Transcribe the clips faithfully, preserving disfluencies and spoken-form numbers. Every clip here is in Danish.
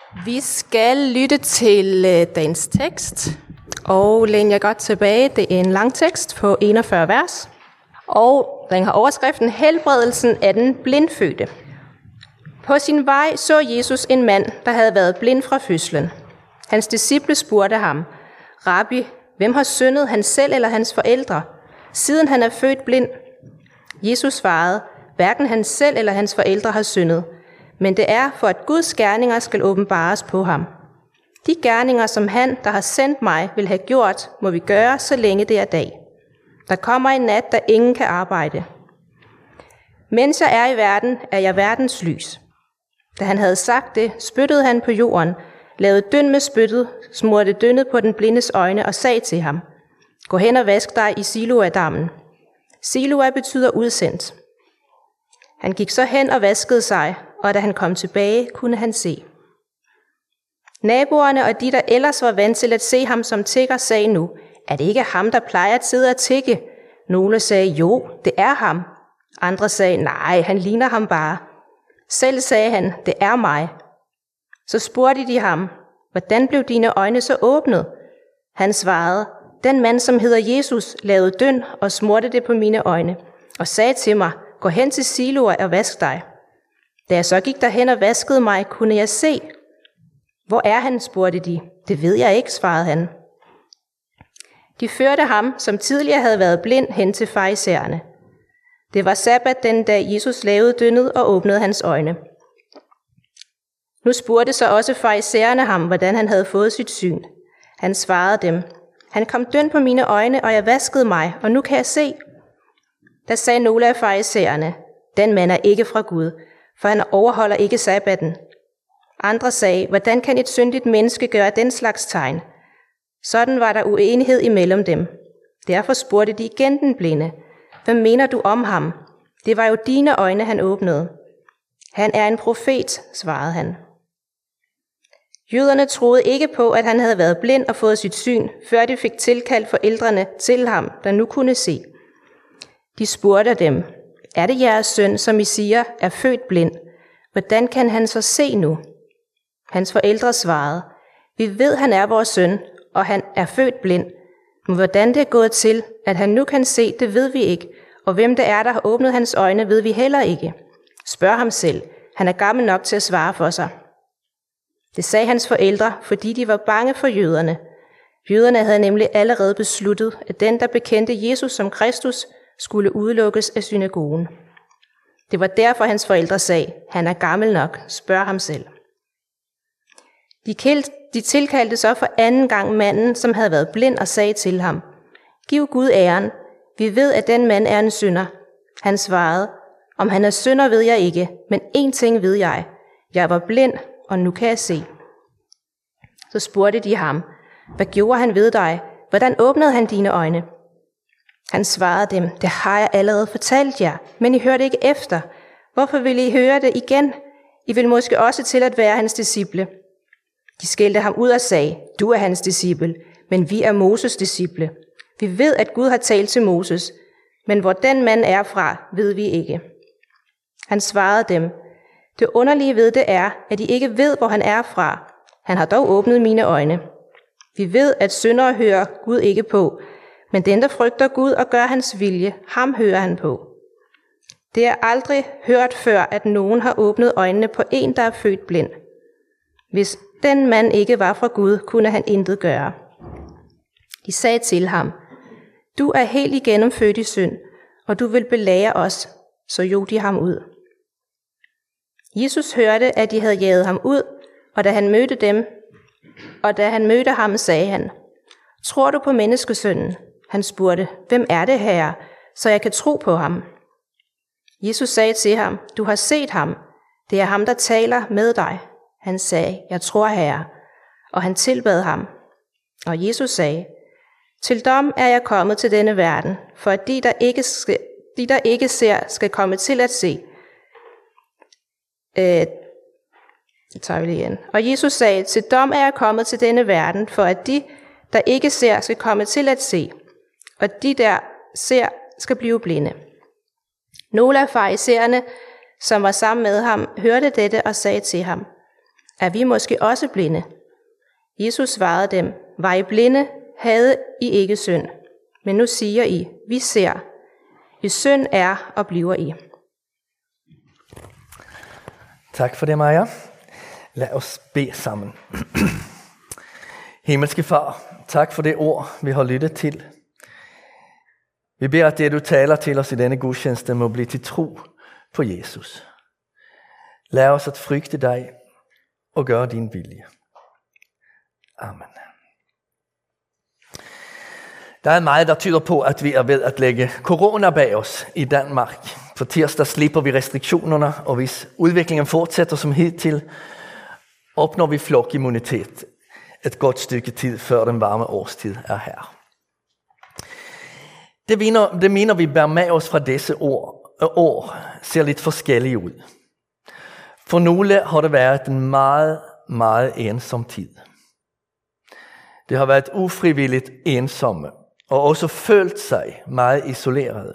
Vi skal lytte til dagens tekst, og læn jer godt tilbage. Det er en lang tekst på enogfyrre vers, og den har overskriften Helbredelsen af den blindfødte. På sin vej så Jesus en mand, der havde været blind fra fødslen. Hans disciple spurgte ham, Rabbi, hvem har syndet, han selv eller hans forældre, siden han er født blind? Jesus svarede, hverken han selv eller hans forældre har syndet, men det er for, at Guds gerninger skal åbenbares på ham. De gerninger, som han, der har sendt mig, vil have gjort, må vi gøre, så længe det er dag. Der kommer en nat, der ingen kan arbejde. Mens jeg er i verden, er jeg verdens lys. Da han havde sagt det, spyttede han på jorden, lavede dynd med spyttet, smurte dyndet på den blindes øjne og sagde til ham, gå hen og vask dig i Siloa-dammen. Siloa betyder udsendt. Han gik så hen og vaskede sig, og da han kom tilbage, kunne han se. Naboerne og de, der ellers var vant til at se ham som tigger, sagde nu, er det ikke ham, der plejer at sidde og tigge? Nogle sagde, jo, det er ham. Andre sagde, nej, han ligner ham bare. Selv sagde han, det er mig. Så spurgte de ham, hvordan blev dine øjne så åbnet? Han svarede, den mand, som hedder Jesus, lavede dynd og smurte det på mine øjne, og sagde til mig, gå hen til Siloa og vask dig. Da jeg så gik derhen og vaskede mig, kunne jeg se. Hvor er han, spurgte de. Det ved jeg ikke, svarede han. De førte ham, som tidligere havde været blind, hen til farisæerne. Det var sabbat den dag Jesus lavede dyndet og åbnede hans øjne. Nu spurgte så også farisæerne ham, hvordan han havde fået sit syn. Han svarede dem, han kom dynd på mine øjne, og jeg vaskede mig, og nu kan jeg se. Da sagde nogle af farisæerne, den mand er ikke fra Gud, for han overholder ikke sabbatten. Andre sagde, hvordan kan et syndigt menneske gøre den slags tegn? Sådan var der uenighed imellem dem. Derfor spurgte de igen den blinde, hvad mener du om ham? Det var jo dine øjne, han åbnede. Han er en profet, svarede han. Jøderne troede ikke på, at han havde været blind og fået sit syn, før de fik tilkaldt forældrene til ham, der nu kunne se. De spurgte dem, er det jeres søn, som I siger, er født blind? Hvordan kan han så se nu? Hans forældre svarede, vi ved, han er vores søn, og han er født blind. Men hvordan det er gået til, at han nu kan se, det ved vi ikke, og hvem det er, der har åbnet hans øjne, ved vi heller ikke. Spørg ham selv, han er gammel nok til at svare for sig. Det sagde hans forældre, fordi de var bange for jøderne. Jøderne havde nemlig allerede besluttet, at den, der bekendte Jesus som Kristus, skulle udelukkes af synagogen. Det var derfor hans forældre sagde, han er gammel nok, spørg ham selv. De, kæld, de tilkaldte så for anden gang manden, som havde været blind, og sagde til ham, giv Gud æren, vi ved, at den mand er en synder. Han svarede, om han er synder ved jeg ikke, men én ting ved jeg, jeg var blind, og nu kan jeg se. Så spurgte de ham, hvad gjorde han ved dig? Hvordan åbnede han dine øjne? Han svarede dem, det har jeg allerede fortalt jer, men I hørte ikke efter. Hvorfor vil I høre det igen? I vil måske også til at være hans disciple. De skældte ham ud og sagde, du er hans disciple, men vi er Moses disciple. Vi ved, at Gud har talt til Moses, men hvor den mand er fra, ved vi ikke. Han svarede dem, det underlige ved det er, at I ikke ved, hvor han er fra. Han har dog åbnet mine øjne. Vi ved, at syndere hører Gud ikke på, men den, der frygter Gud og gør hans vilje, ham hører han på. Det er aldrig hørt før, at nogen har åbnet øjnene på en, der er født blind. Hvis den mand ikke var fra Gud, kunne han intet gøre. De sagde til ham, du er helt igennem født i synd, og du vil belære os, så jog de ham ud. Jesus hørte, at de havde jaget ham ud, og da han mødte dem, og da han mødte ham, sagde han, tror du på menneskesønnen? Han spurgte, hvem er det, herre, så jeg kan tro på ham? Jesus sagde til ham, du har set ham, det er ham, der taler med dig. Han sagde, jeg tror, herre, og han tilbad ham. Og Jesus sagde, til dom er jeg kommet til denne verden, for at de, der ikke, skal, de, der ikke ser, skal komme til at se. Øh, det tager vi lige igen. Og Jesus sagde, til dom er jeg kommet til denne verden, for at de, der ikke ser, skal komme til at se, og de, der ser, skal blive blinde. Nogle af farisæerne, som var sammen med ham, hørte dette og sagde til ham, Er vi måske også blinde? Jesus svarede dem, var I blinde, havde I ikke synd. Men nu siger I, vi ser. I synd er og bliver I. Tak for det, Maja. Lad os bede sammen. Himmelske Far, tak for det ord, vi har lyttet til. Vi beder, at det, du taler til os i denne gudstjeneste, må blive til tro på Jesus. Lad os at frygte dig og gøre din vilje. Amen. Der er meget, der tyder på, at vi er ved at lægge corona bag os i Danmark. På tirsdag slipper vi restriktionerne, og hvis udviklingen fortsætter som hidtil, opnår vi flokimmunitet et godt stykke tid før den varme årstid er her. Det mener, det mener vi bærer med os fra disse år, år ser lidt forskellige ud. For nogle har det været en meget, meget ensom tid. Det har været ufrivilligt ensomme, og også følt sig meget isolerede.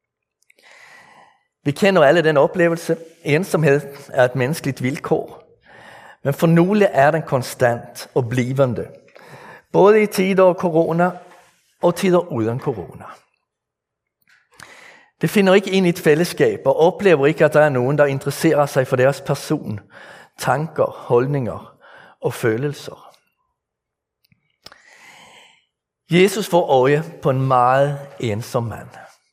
Vi kender alle den oplevelse. Ensomhed er et menneskeligt vilkår. Men for nogle er den konstant og blivende. Både i tider af corona og tider uden corona. Det finder ikke ind i et fællesskab og oplever ikke, at der er nogen, der interesserer sig for deres person, tanker, holdninger og følelser. Jesus får øje på en meget ensom mand.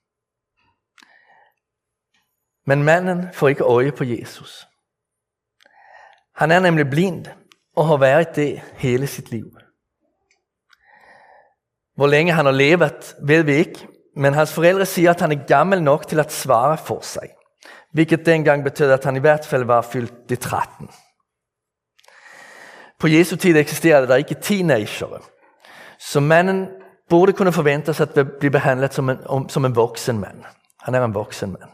Men manden får ikke øje på Jesus. Han er nemlig blind og har været det hele sit liv. Hvor længe han har levet, ved vi ikke, men hans forældre siger, at han er gammel nok til at svare for sig. Hvilket dengang betød, at han i hvert fald var fyldt de tretten. På Jesu tid eksisterede der ikke teenagere. Så manden burde kunne forventes at blive behandlet som en, som en voksen mand. Han er en voksen mand.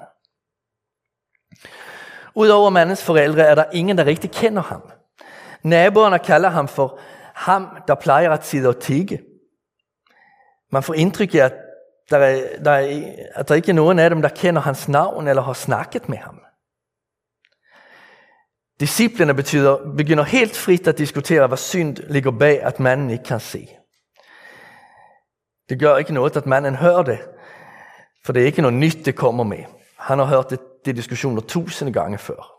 Udover mandens forældre er der ingen, der rigtig kender ham. Naboerne kalder ham for ham, der plejer at sidde og tigge. Man får indtryk af, at der, er, der er, at der ikke er nogen af dem, der kender hans navn eller har snakket med ham. Disciplene betyder, begynder helt frit at diskutere, hvad synd ligger bag, at manden ikke kan se. Det gør ikke noget, at manden hører det, for det er ikke noget nyt, det kommer med. Han har hørt det, de diskussioner tusinde gange før.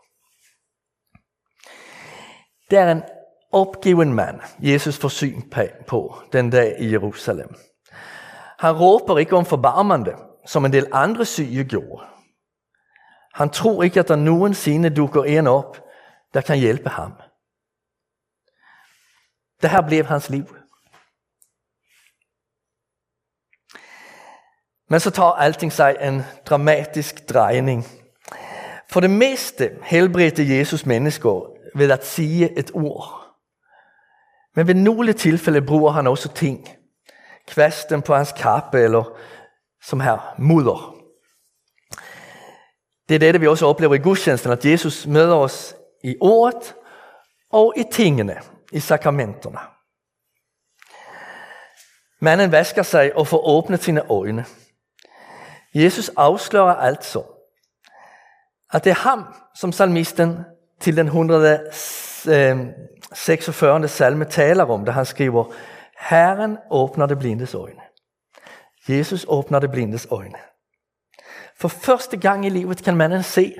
Det er en opgiven mand, Jesus får syn på den dag i Jerusalem. Han råber ikke om forbarmende, som en del andre syge gjorde. Han tror ikke, at der nogensinde dukker en op, der kan hjælpe ham. Det her blev hans liv. Men så tager alting sig en dramatisk drejning. For det meste helbredte Jesus mennesker ved at sige et ord. Men ved nogle tilfælde bruger han også ting. Kvasten på hans kappe, eller som her mudder. Det er det, vi også oplever i gudstjenesten, at Jesus møder os i ordet og i tingene, i sakramenterne. Manden vasker sig og får åbnet sine øjne. Jesus afslører altså, at det er ham, som salmisten til den et hundrede og seksogfyrre. salme taler om, da han skriver, Herren åbner det blindes øjne. Jesus åbner det blindes øjne. For første gang i livet kan manden se.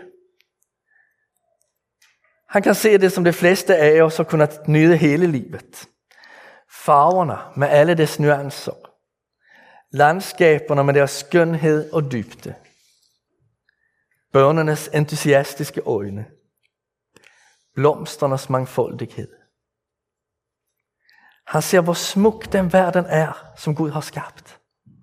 Han kan se det, som de fleste af os har kunnet nyde hele livet. Farverne med alle dets nuancer. Landskaberne med deres skønhed og dybde. Børnenes entusiastiske øjne. Blomsternes mangfoldighed. Han ser, hvor smuk den verden er, som Gud har skabt.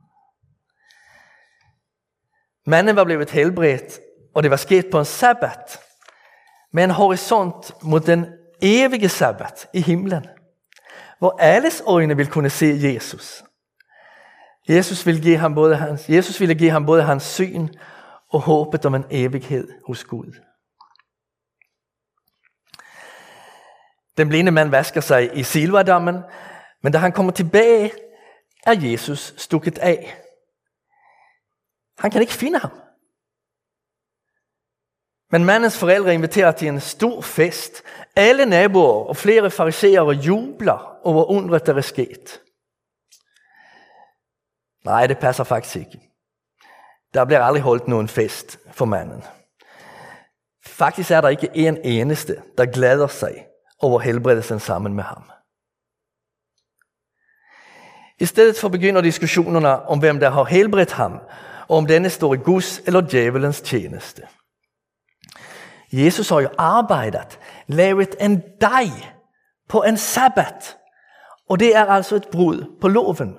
Manden var blevet helbredt, og det var sket på en sabbat. Med en horisont mod den evige sabbat i himlen. Hvor alles øjne vil kunne se Jesus. Jesus ville give ham både hans, Jesus ville give ham både hans syn og håbet om en evighed hos Gud. Den blinde mand vasker sig i Silvadammen, men da han kommer tilbage, er Jesus stukket af. Han kan ikke finde ham. Men mandens forældre inviterer til en stor fest. Alle naboer og flere fariseere jubler over undret, der er sket. Nej, det passer faktisk ikke. Der bliver aldrig holdt nogen fest for manden. Faktisk er der ikke en eneste, der glæder sig over helbredelsen sammen med ham. I stedet for begynder diskussionerne om, hvem der har helbredt ham, og om denne står i Guds eller djævelens tjeneste. Jesus har jo arbejdet, lavet en dej på en sabbat, og det er altså et brud på loven.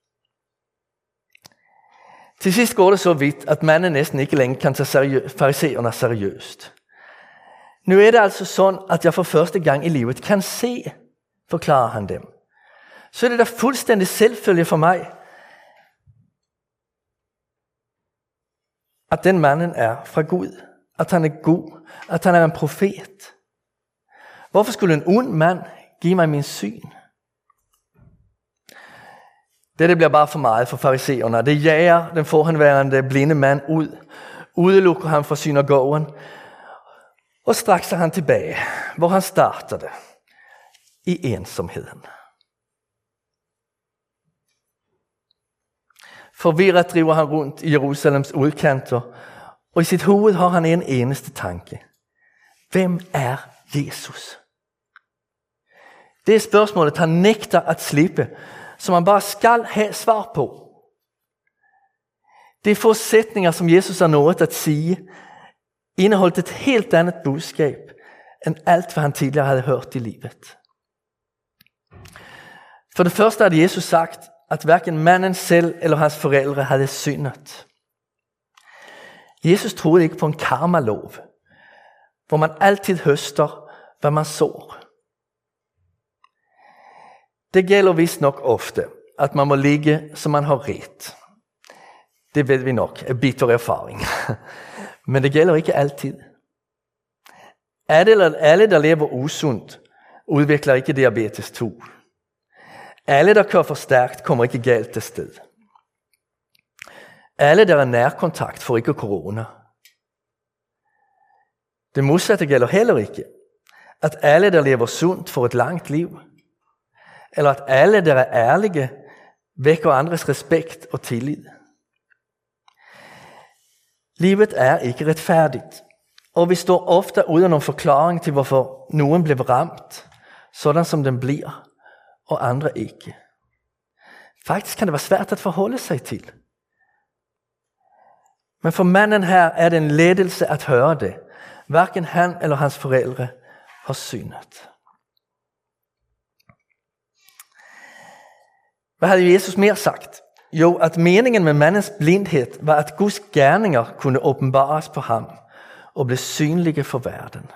Til sidst går det så vidt, at manden næsten ikke længere kan tage seriø- fariseerne seriøst. Nu er det altså sådan, at jeg for første gang i livet kan se, forklarer han dem. Så er det da fuldstændig selvfølge for mig, at den manden er fra Gud, at han er god, at han er en profet. Hvorfor skulle en ond mand give mig min syn? Dette bliver bare for meget for fariseerne. Det jager den forhenværende blinde mand ud, udelukker ham fra synagogen, og straks er han tilbage, hvor han startede, i ensomheden. Forvirret driver han rundt i Jerusalems udkanter, og i sit hoved har han en eneste tanke. Hvem er Jesus? Det er spørgsmålet, han nægter at slippe, som man bare skal have svar på. Det er forudsætninger, som Jesus har nået at sige, indeholdt et helt andet budskab, end alt, hvad han tidligere havde hørt i livet. For det første har Jesus sagt, at hverken manden selv eller hans forældre havde syndet. Jesus troede ikke på en karmalov, hvor man altid høster, hvad man sår. Det gælder vist nok ofte, at man må ligge, som man har ret. Det ved vi nok af bitter erfaring. Men det gælder ikke altid. Alle, der lever usundt, udvikler ikke diabetes to. Alle, der kører for stærkt, kommer ikke galt til sted. Alle, der er nærkontakt, får ikke corona. Det modsatte gælder heller ikke, at alle, der lever sundt, får et langt liv. Eller at alle, der er ærlige, vækker andres respekt og tillid. Livet er ikke retfærdigt, og vi står ofte uden nogen forklaring til, hvorfor nogen bliver ramt, sådan som den bliver, og andre ikke. Faktisk kan det være svært at forholde sig til. Men for manden her er det en lettelse at høre det. Hverken han eller hans forældre har syndet. Hvad havde Jesus mere sagt? Jo, at meningen med mandens blindhed var, at Guds gerninger kunne åbenbares på ham og blive synlige for verden.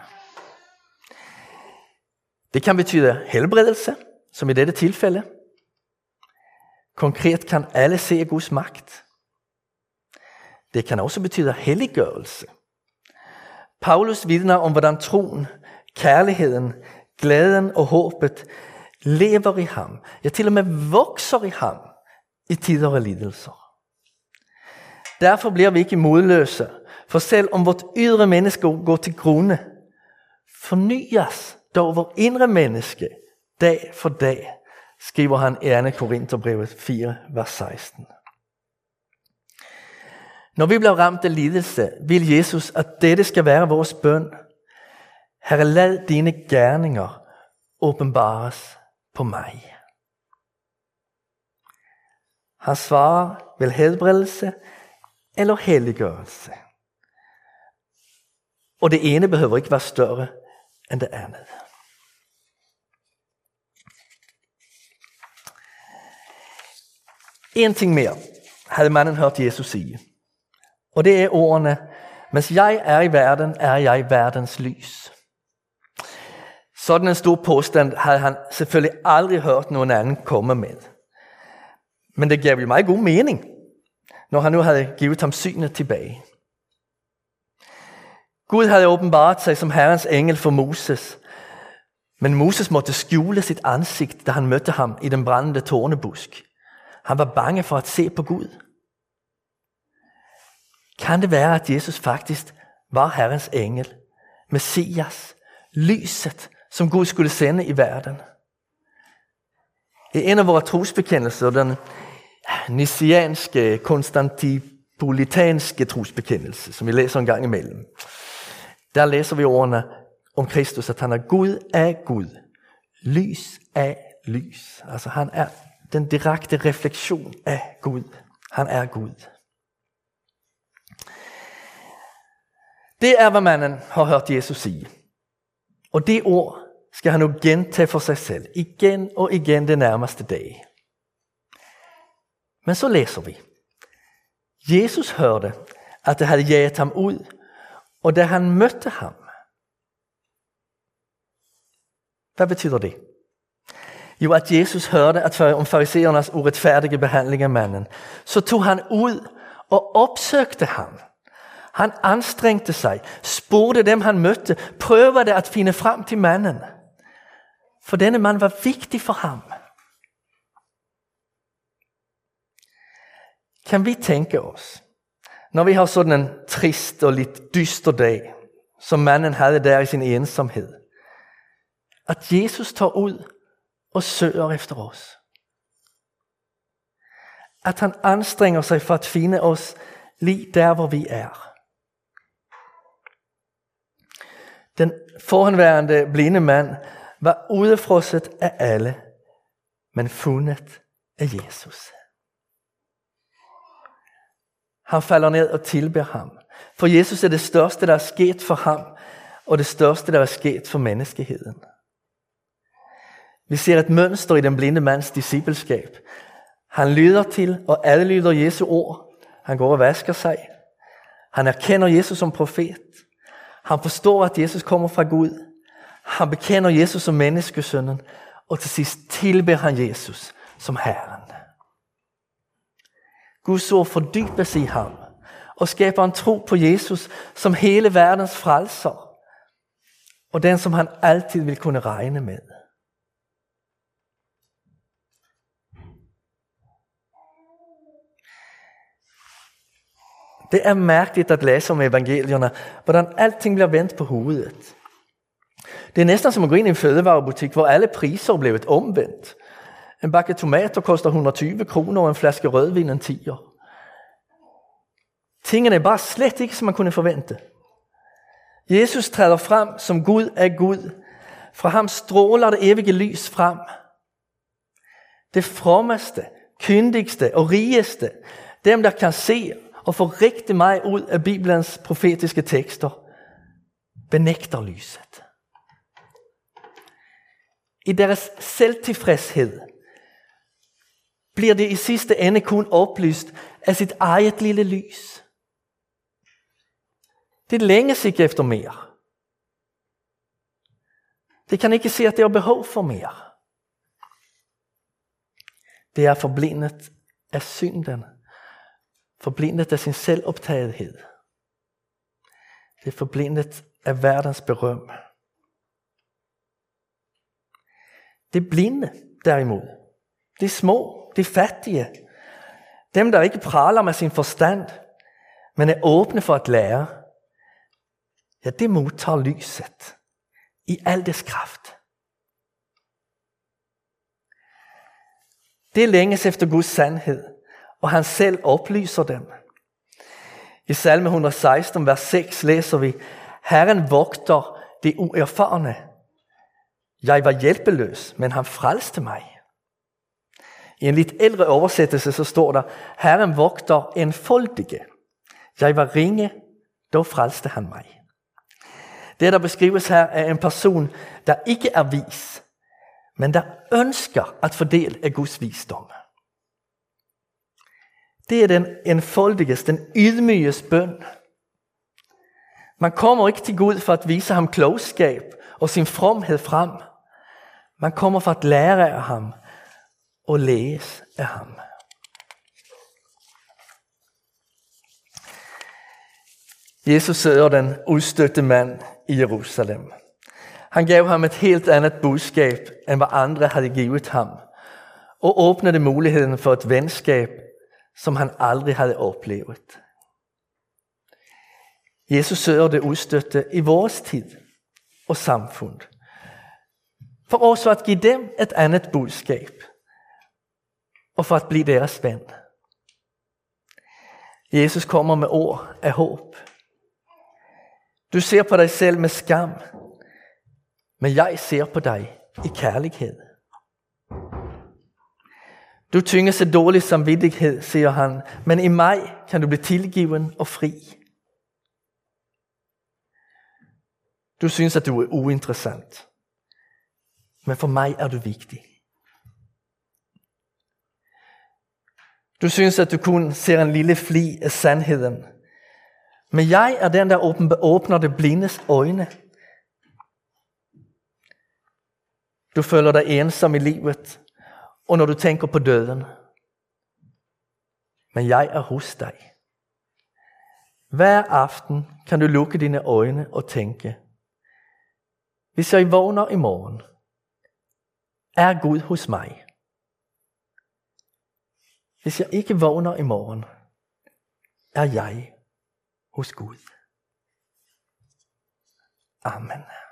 Det kan betyde helbredelse, som i dette tilfælde. Konkret kan alle se Guds magt. Det kan også betyde helliggørelse. Paulus vidner om, hvordan troen, kærligheden, glæden og håbet lever i ham. Ja, til og med vokser i ham i tider og lidelser. Derfor bliver vi ikke modløse, for selv om vort ydre menneske går til grunde, fornyes dog vores indre menneske dag for dag, skriver han i andet Korintherbrevet fire, vers seksten. Når vi bliver ramt af lidelse, vil Jesus, at dette skal være vores bøn. Herre, lad dine gerninger åbenbares på mig. Han svarer vel helbredelse eller helliggørelse. Og det ene behøver ikke være større end det andet. En ting mere havde manden hørt Jesus sige. Og det er ordene, mens jeg er i verden, er jeg verdens lys. Sådan en stor påstand havde han selvfølgelig aldrig hørt nogen anden komme med. Men det gav jo meget god mening, når han nu havde givet ham synet tilbage. Gud havde åbenbart sig som Herrens engel for Moses, men Moses måtte skjule sit ansigt, da han mødte ham i den brændende tornebusk. Han var bange for at se på Gud. Kan det være, at Jesus faktisk var Herrens engel, Messias, lyset, som Gud skulle sende i verden. I en af vores trosbekendelser, den nisianske, konstantipolitanske trosbekendelse, som vi læser en gang imellem, der læser vi ordene om Kristus, at han er Gud af Gud, lys af lys. Altså han er den direkte refleksion af Gud. Han er Gud. Det er, hvad manden har hørt Jesus sige. Og det ord skal han nu gentage for sig selv, igen og igen det nærmeste dag. Men så læser vi. Jesus hørte, at det havde jaget ham ud, og da han mødte ham. Hvad betyder det? Jo, at Jesus hørte at om fariseernes uretfærdige behandling af manden, så tog han ud og opsøgte ham. Han anstrengte sig, spurgte dem han mødte, prøvede at finde frem til manden. For denne mand var vigtig for ham. Kan vi tænke os, når vi har sådan en trist og lidt dyster dag, som manden havde der i sin ensomhed, at Jesus tager ud og søger efter os. At han anstrenger sig for at finde os lige der, hvor vi er. Den forhenværende blinde mand var udefrosset af alle, men fundet af Jesus. Han falder ned og tilbeder ham. For Jesus er det største, der er sket for ham, og det største, der er sket for menneskeheden. Vi ser et mønster i den blinde mands discipleskab. Han lyder til og adlyder Jesu ord. Han går og vasker sig. Han erkender Jesus som profet. Han forstår, at Jesus kommer fra Gud. Han bekender Jesus som menneskesønnen. Og til sidst tilbeder han Jesus som Herren. Guds ord fordybes i ham og skaber en tro på Jesus som hele verdens frelser. Og den, som han altid vil kunne regne med. Det er mærkeligt at læse om evangelierne, hvordan alting bliver vendt på hovedet. Det er næsten som at gå ind i en fødevarebutik, hvor alle priser er blevet omvendt. En bakke tomater koster et hundrede og tyve kroner, og en flaske rødvin en tier. Tingene er bare slet ikke, som man kunne forvente. Jesus træder frem som Gud af Gud. Fra ham stråler det evige lys frem. Det frommeste, kyndigste og rigeste, dem der kan se og få rigtig meget ud af Bibelens profetiske tekster, benægter lyset. I deres selvtilfredshed bliver det i sidste ende kun oplyst af sit eget lille lys. Det længes ikke efter mere. Det kan ikke se, at det er behov for mere. Det er forblindet af synden. Forblindet af sin selvoptagethed. Det er forblindet af verdens berøm. Det blinde derimod, de små, de fattige, dem der ikke praler med sin forstand, men er åbne for at lære, ja, det modtager lyset i al dets kraft. Det længes efter Guds sandhed, og han selv oplyser dem. I salme et hundrede og seksten, vers seks læser vi, Herren vogter det uerfarne. Jeg var hjælpeløs, men han frelste mig. I en lidt ældre oversættelse så står der, Herren vogter enfoldige. Jeg var ringe, dog frelste han mig. Det, der beskrives her, er en person, der ikke er vis, men der ønsker at få del af Guds visdom. Det er den enfoldiges, den ydmyges bøn. Man kommer ikke til Gud for at vise ham klogskab og sin fromhed frem. Man kommer for at lære af ham og læse af ham. Jesus søger den udstødte mand i Jerusalem. Han gav ham et helt andet budskab, end hvad andre havde givet ham, og åbnede muligheden for et venskab, som han aldrig havde oplevet. Jesus søger det udstøtte i vores tid og samfund. For også at give dem et andet budskab. Og for at blive deres ven. Jesus kommer med ord af håb. Du ser på dig selv med skam. Men jeg ser på dig i kærlighed. Du tynges af dårlig samvittighed, siger han, men i mig kan du blive tilgiven og fri. Du synes, at du er uinteressant, men for mig er du vigtig. Du synes, at du kun ser en lille fli af sandheden, men jeg er den, der åbner det blindes øjne. Du føler dig ensom i livet, og når du tænker på døden. Men jeg er hos dig. Hver aften kan du lukke dine øjne og tænke, hvis jeg vågner i morgen, er Gud hos mig. Hvis jeg ikke vågner i morgen, er jeg hos Gud. Amen.